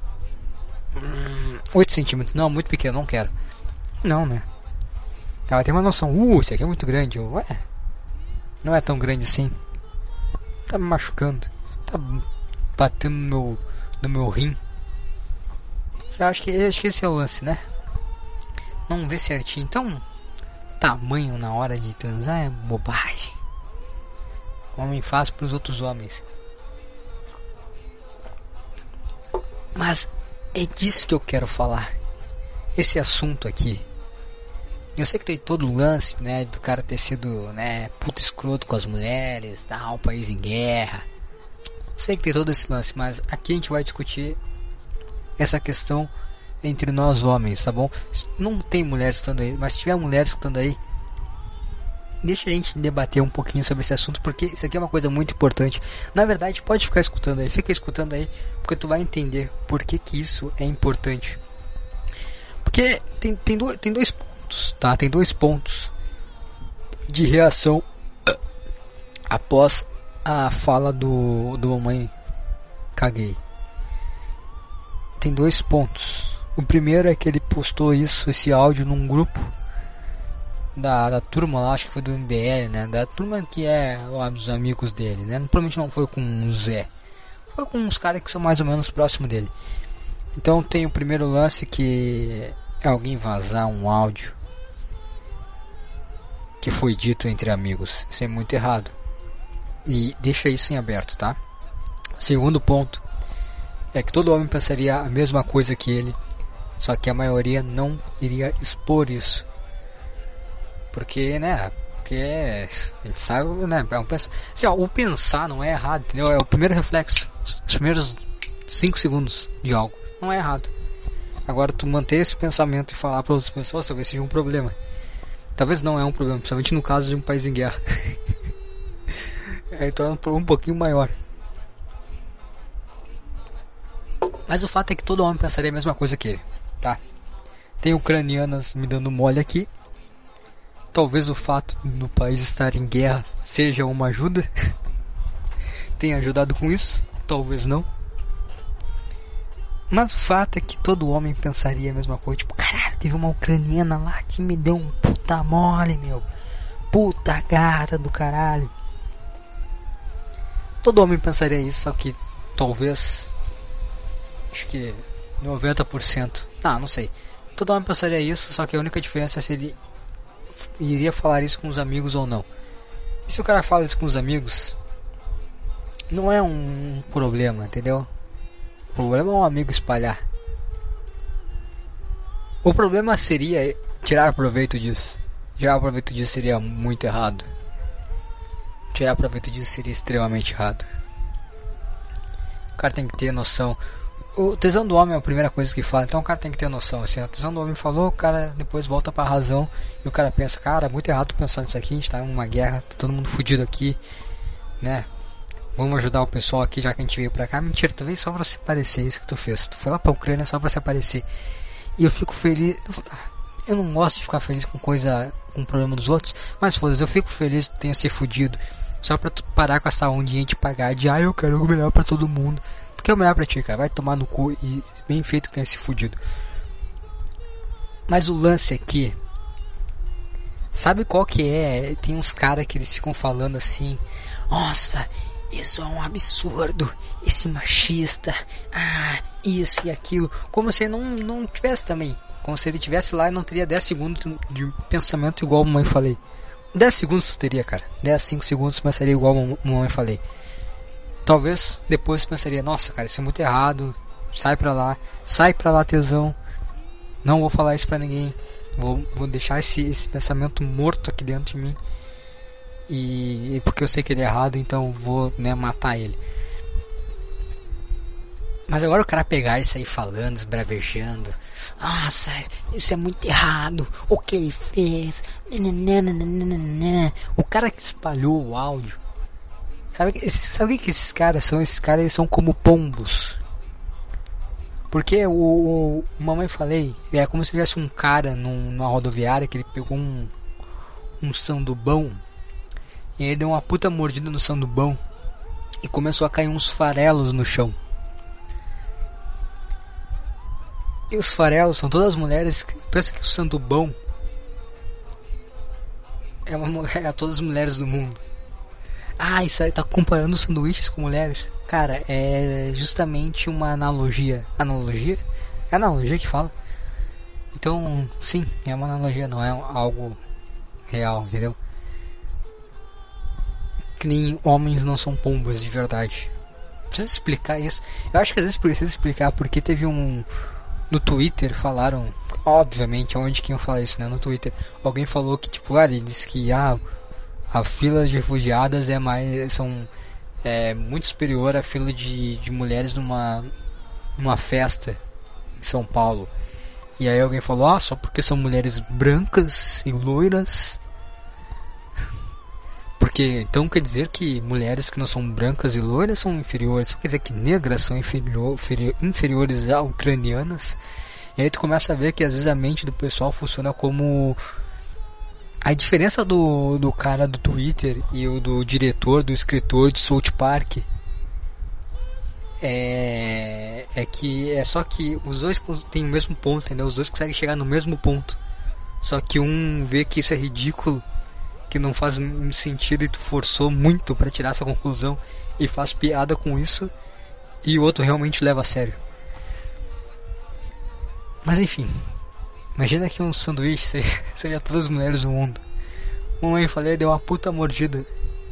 8 centímetros. Não, muito pequeno, não quero. Não, né? Ela tem uma noção. Isso aqui é muito grande. Ué, não é tão grande assim. Tá me machucando. Tá batendo no meu rim. Acho que esse é o lance, né? Não vê certinho. Então, tamanho na hora de transar é bobagem. O homem faz pros outros homens. Mas é disso que eu quero falar. Esse assunto aqui. Eu sei que tem todo o lance, né, do cara ter sido, né, puta escroto com as mulheres, o país em guerra. Sei que tem todo esse lance, mas aqui a gente vai discutir essa questão entre nós homens, tá bom? Não tem mulher escutando aí, mas se tiver mulher escutando aí, deixa a gente debater um pouquinho sobre esse assunto, porque isso aqui é uma coisa muito importante. Na verdade, pode ficar escutando aí, fica escutando aí, porque tu vai entender por que isso é importante. Porque tem dois pontos, tá? Tem 2 pontos de reação após a fala do mamãe caguei. Tem 2 pontos O primeiro é que ele postou esse áudio num grupo da turma lá, acho que foi do MBL, né? Da turma que é lá dos amigos dele, né? Provavelmente não foi com o Zé. Foi com uns caras que são mais ou menos próximos dele. Então tem o primeiro lance que é alguém vazar um áudio que foi dito entre amigos. Isso é muito errado. E deixa isso em aberto, tá? Segundo ponto é que todo homem pensaria a mesma coisa que ele, só que a maioria não iria expor isso. Porque, né? Porque a gente sabe, né? Assim, ó, o pensar não é errado, entendeu? É o primeiro reflexo. Os primeiros 5 segundos de algo. Não é errado. Agora, tu manter esse pensamento e falar para outras pessoas talvez seja um problema. Talvez não é um problema, principalmente no caso de um país em guerra. Então é um pouquinho maior. Mas o fato é que todo homem pensaria a mesma coisa que ele, tá? Tem ucranianas me dando mole aqui. Talvez o fato do país estar em guerra seja uma ajuda. Tenha ajudado com isso, talvez não. Mas o fato é que todo homem pensaria a mesma coisa. Tipo, caralho, teve uma ucraniana lá que me deu um puta mole, meu. Puta gata do caralho. Todo homem pensaria isso, só que talvez, acho que 90%, não sei. Todo homem pensaria isso, só que a única diferença é se ele iria falar isso com os amigos ou não. E se o cara fala isso com os amigos, não é um problema, entendeu? O problema é um amigo espalhar. O problema seria tirar proveito disso. Tirar proveito disso seria muito errado. Tirar proveito disso seria extremamente errado. O cara tem que ter noção. O tesão do homem é a primeira coisa que fala. Então o cara tem que ter noção. Assim, o tesão do homem falou, o cara depois volta pra razão. E o cara pensa, cara, é muito errado pensar nisso aqui. A gente tá numa guerra, tá todo mundo fudido aqui, né? Vamos ajudar o pessoal aqui já que a gente veio pra cá. Mentira, tu veio só pra se aparecer. Isso que tu fez. Tu foi lá pra Ucrânia só pra se aparecer. E eu fico feliz. Eu não gosto de ficar feliz com problema dos outros. Mas foda-se, eu fico feliz que tu tenha se fudido. Só pra tu parar com essa ondinha de pagar de eu quero o melhor pra todo mundo. Tu quer o melhor pra ti, cara. Vai tomar no cu e bem feito que tenha se fudido. Mas o lance aqui, sabe qual que é? Tem uns caras que eles ficam falando assim, nossa, isso é um absurdo, esse machista, isso e aquilo, como se não tivesse também, como se ele tivesse lá e não teria 10 segundos de pensamento igual a mamãe falei. 10 segundos tu teria, cara, 10, 5 segundos pensaria igual a mamãe falei. Talvez depois tu pensaria, nossa cara, isso é muito errado, sai pra lá tesão, não vou falar isso pra ninguém, vou deixar esse pensamento morto aqui dentro de mim. E porque eu sei que ele é errado, então vou, né, matar ele. Mas agora o cara pegar e sair falando, esbravejando, nossa, isso é muito errado, o que ele fez, o cara que espalhou o áudio, sabe o que esses caras são? Esses caras eles são como pombos. Porque o mamãe falei, é como se tivesse um cara numa rodoviária que ele pegou um sandubão. E ele deu uma puta mordida no sandubão e começou a cair uns farelos no chão. E os farelos são todas mulheres. Pensa que o sandubão é todas as mulheres do mundo. Isso aí tá comparando sanduíches com mulheres. Cara, é justamente uma analogia. Analogia? É analogia que fala. Então, sim, é uma analogia, não é algo real, entendeu? Que nem homens não são pombas de verdade. Precisa explicar isso. Eu acho que às vezes precisa explicar porque teve no Twitter falaram, obviamente, onde que iam falar isso, né? No Twitter, alguém falou que tipo, ele disse que a fila de refugiadas é muito superior à fila de mulheres numa festa em São Paulo. E aí alguém falou, só porque são mulheres brancas e loiras. Porque então quer dizer que mulheres que não são brancas e loiras são inferiores. Só quer dizer que negras são inferiores a ucranianas. E aí tu começa a ver que às vezes a mente do pessoal funciona como... A diferença do cara do Twitter e o do diretor, do escritor de South Park é É que é só que os dois têm o mesmo ponto, entendeu? Os dois conseguem chegar no mesmo ponto. Só que um vê que isso é ridículo, que não faz sentido e tu forçou muito pra tirar essa conclusão e faz piada com isso, e o outro realmente leva a sério. Mas enfim, imagina que um sanduíche seja todas as mulheres do mundo. Mamãe falei, deu uma puta mordida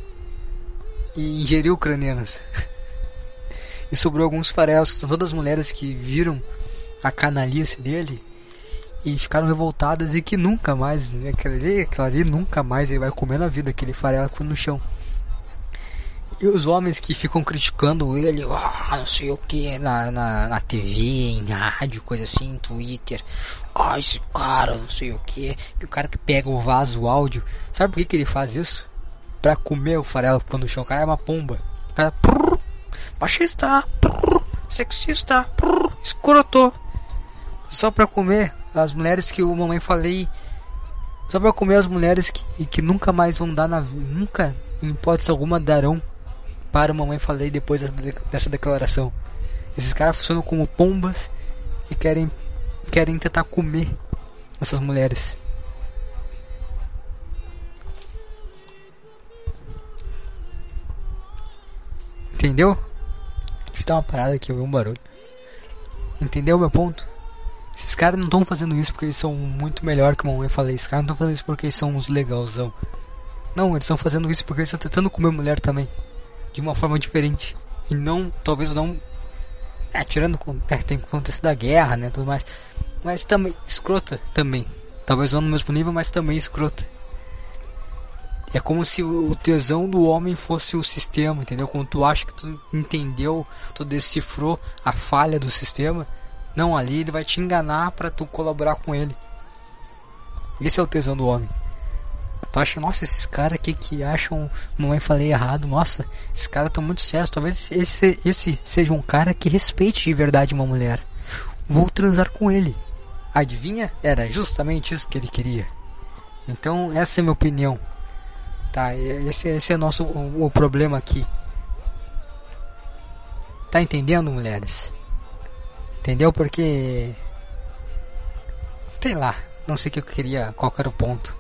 e ingeriu ucranianas. E sobrou alguns farelos, que são todas as mulheres que viram a canalice dele e ficaram revoltadas e que nunca mais, aquela ali nunca mais ele vai comer na vida, aquele farelo no chão. E os homens que ficam criticando ele, não sei o que, na TV, na rádio, coisa assim, no Twitter. Esse cara, não sei o que. E o cara que pega o vaso, o áudio. Sabe por que ele faz isso? Pra comer o farelo que ficou no chão. O cara é uma pomba. O cara, machista, sexista, escroto. Só pra comer as mulheres que o mamãe falei. Só pra comer as mulheres que nunca mais vão dar na vida. Nunca, em hipótese alguma, darão para a mamãe falei depois dessa declaração. Esses caras funcionam como pombas que querem tentar comer essas mulheres. Entendeu? Deixa eu dar uma parada aqui, eu vi um barulho. Entendeu meu ponto? Esses caras não estão fazendo isso porque eles são muito melhor que a mamãe falei. Esses caras não estão fazendo isso porque eles são uns legalzão. Não, eles estão fazendo isso porque eles estão tentando comer mulher também. De uma forma diferente. E não, talvez não. Tirando tem acontecido a guerra, né? Tudo mais. Mas também, escrota também. Talvez não no mesmo nível, mas também escrota. É como se o tesão do homem fosse o sistema, entendeu? Quando tu acha que tu entendeu, tu decifrou a falha do sistema. Não, ali ele vai te enganar pra tu colaborar com ele. Esse é o tesão do homem. Tu acha, nossa, esses caras aqui que acham, mamãe falei errado, nossa, esses caras estão muito sérios, talvez esse seja um cara que respeite de verdade uma mulher. Vou transar com ele. Adivinha? Era justamente isso que ele queria. Então essa é a minha opinião. Tá, esse é o problema aqui. Tá entendendo, mulheres? Entendeu? Porque sei lá, não sei o que eu queria, qual era o ponto.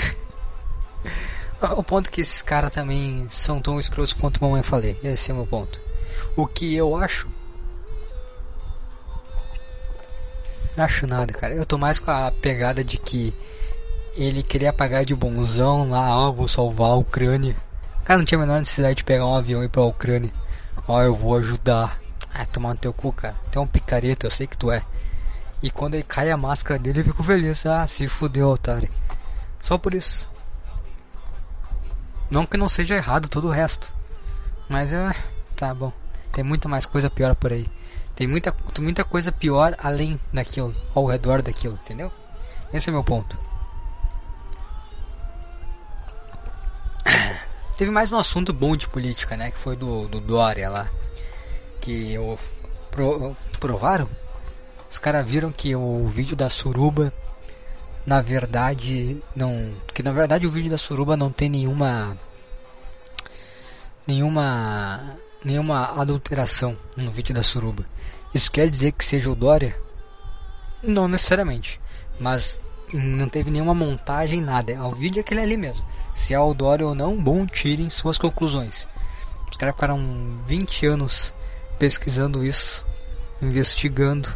O ponto é que esses caras também são tão escrotos quanto a mamãe falei. Esse é o meu ponto. O que eu acho? Não acho nada, cara. Eu tô mais com a pegada de que ele queria pagar de bonzão lá, vou salvar a Ucrânia. Cara, não tinha a menor necessidade de pegar um avião e ir pra Ucrânia. Eu vou ajudar. Tomar no teu cu, cara. Tu é um picareta, eu sei que tu é. E quando ele cai a máscara dele, eu fico feliz. Se fudeu, otário. Só por isso. Não que não seja errado todo o resto. Mas tá bom. Tem muita mais coisa pior por aí. Tem muita coisa pior além daquilo, ao redor daquilo, entendeu? Esse é meu ponto. Teve mais um assunto bom de política, né? Que foi do Dória lá. Que provaram. Os caras viram que o vídeo da suruba, na verdade, não... Que na verdade o vídeo da suruba não tem nenhuma adulteração no vídeo da suruba. Isso quer dizer que seja o Dória? Não necessariamente. Mas não teve nenhuma montagem, nada. O vídeo é aquele ali mesmo. Se é o Dória ou não, bom, tirem suas conclusões. Os caras ficaram 20 anos pesquisando isso, investigando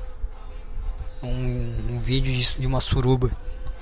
um vídeo de uma suruba.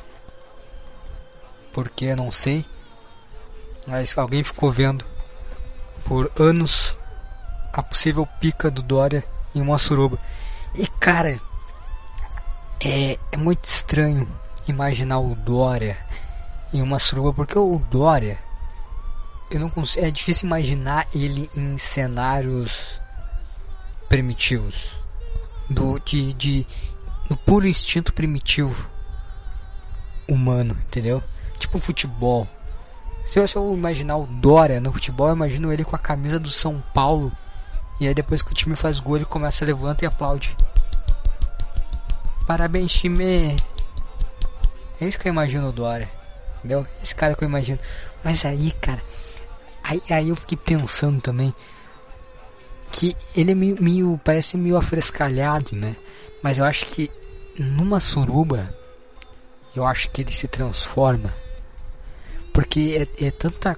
Porque não sei, mas alguém ficou vendo por anos a possível pica do Dória em uma suruba. E cara, é muito estranho imaginar o Dória em uma suruba, porque o Dória, eu não consigo, é difícil imaginar ele em cenários primitivos, do puro instinto primitivo humano, entendeu? Tipo futebol. Se eu imaginar o Dória no futebol, eu imagino ele com a camisa do São Paulo, e aí depois que o time faz gol ele começa a levantar e aplaude. Parabéns, time. É isso que eu imagino o Dória, entendeu? Esse cara que eu imagino. Mas aí, cara, aí eu fiquei pensando também que ele é parece meio afrescalhado, né? Mas eu acho que numa suruba, eu acho que ele se transforma. Porque é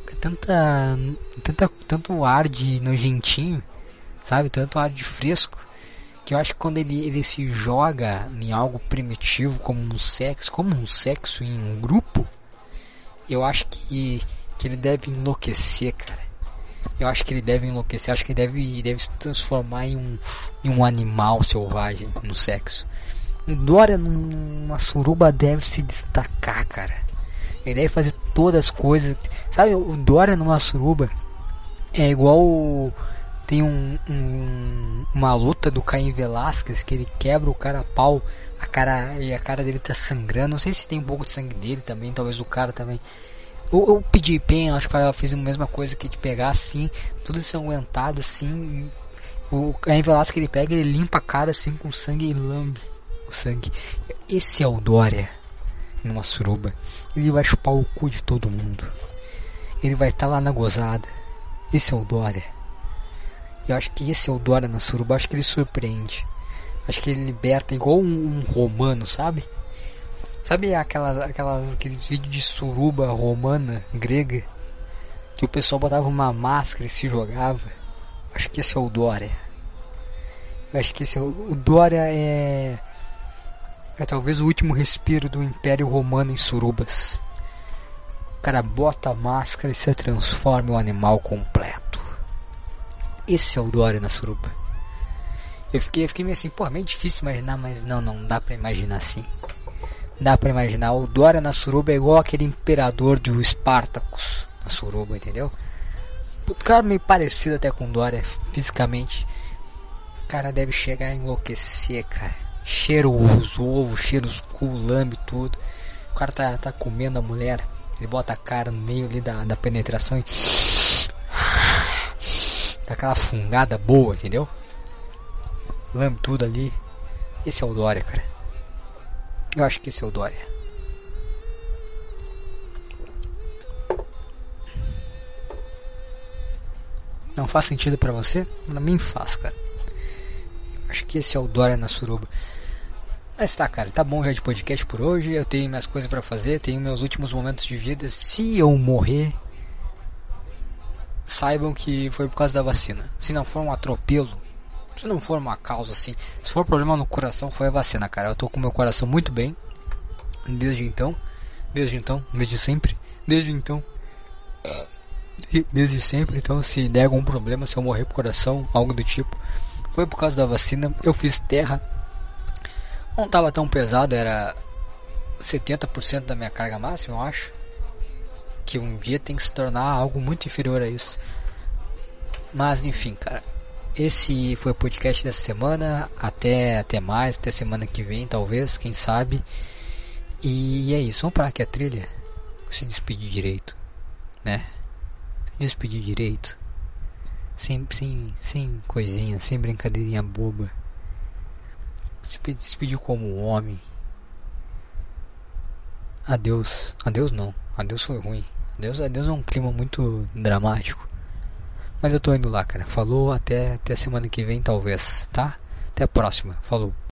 tanto ar de nojentinho, sabe? Tanto ar de fresco, que eu acho que quando ele se joga em algo primitivo como um sexo em um grupo, eu acho que ele deve enlouquecer, cara. Eu acho que ele deve enlouquecer, acho que ele deve se transformar em um animal selvagem no sexo. O Dória numa suruba deve se destacar, cara. Ele deve fazer todas as coisas. Sabe, o Dória numa suruba é igual. Tem uma luta do Caim Velasquez que ele quebra o cara a pau, a cara dele tá sangrando. Não sei se tem um pouco de sangue dele também, talvez do cara também. O PJ Pen, acho que ela fez a mesma coisa, que de pegar assim, tudo ensanguentado assim. O Caim Velasquez ele pega, ele limpa a cara assim com sangue e lambe o sangue. Esse é o Dória numa suruba. Ele vai chupar o cu de todo mundo. Ele vai estar lá na gozada. Esse é o Dória. Eu acho que esse é o Dória na suruba. Eu acho que ele surpreende. Acho que ele liberta igual um romano, sabe? Sabe aqueles vídeos de suruba romana, grega, que o pessoal botava uma máscara e se jogava? Acho que esse é o Dória. Eu acho que esse é o Dória é talvez o último respiro do Império Romano em surubas. O cara bota a máscara e se transforma em um animal completo. Esse é o Dória na suruba. Eu fiquei meio assim, pô, é meio difícil imaginar, mas não dá pra imaginar assim. Dá pra imaginar, o Dória na suruba é igual aquele imperador do Espartacus na suruba, entendeu? O cara meio parecido até com o Dória, fisicamente. O cara deve chegar a enlouquecer, cara. Cheira os ovos, cheira os cu, lambe tudo. O cara tá comendo a mulher, ele bota a cara no meio ali da penetração e dá aquela fungada boa, entendeu? Lambe tudo ali. Esse é o Dória, cara. Eu acho que esse é o Dória. Não faz sentido pra você? Pra mim faz, cara. Acho que esse é o Dória na suruba. Mas tá, cara, tá bom já de podcast por hoje. Eu tenho minhas coisas pra fazer, tenho meus últimos momentos de vida. Se eu morrer, saibam que foi por causa da vacina. Se não for um atropelo, se não for uma causa assim, se for problema no coração, foi a vacina, cara. Eu tô com meu coração muito bem desde sempre. Desde sempre. Então, se der algum problema, se eu morrer por coração, algo do tipo, foi por causa da vacina. Eu fiz terra, não tava tão pesado, era 70% da minha carga máxima, eu acho. Que um dia tem que se tornar algo muito inferior a isso. Mas enfim, cara, esse foi o podcast dessa semana. Até mais, até semana que vem, talvez, quem sabe. E é isso, vamos parar aqui a trilha. Se despedir direito, né? Despedir direito. Sem coisinha, sem brincadeirinha boba. Se despedir como um homem. Adeus não, adeus foi ruim. Adeus é um clima muito dramático. Mas eu tô indo lá, cara. Falou, até semana que vem, talvez, tá? Até a próxima. Falou.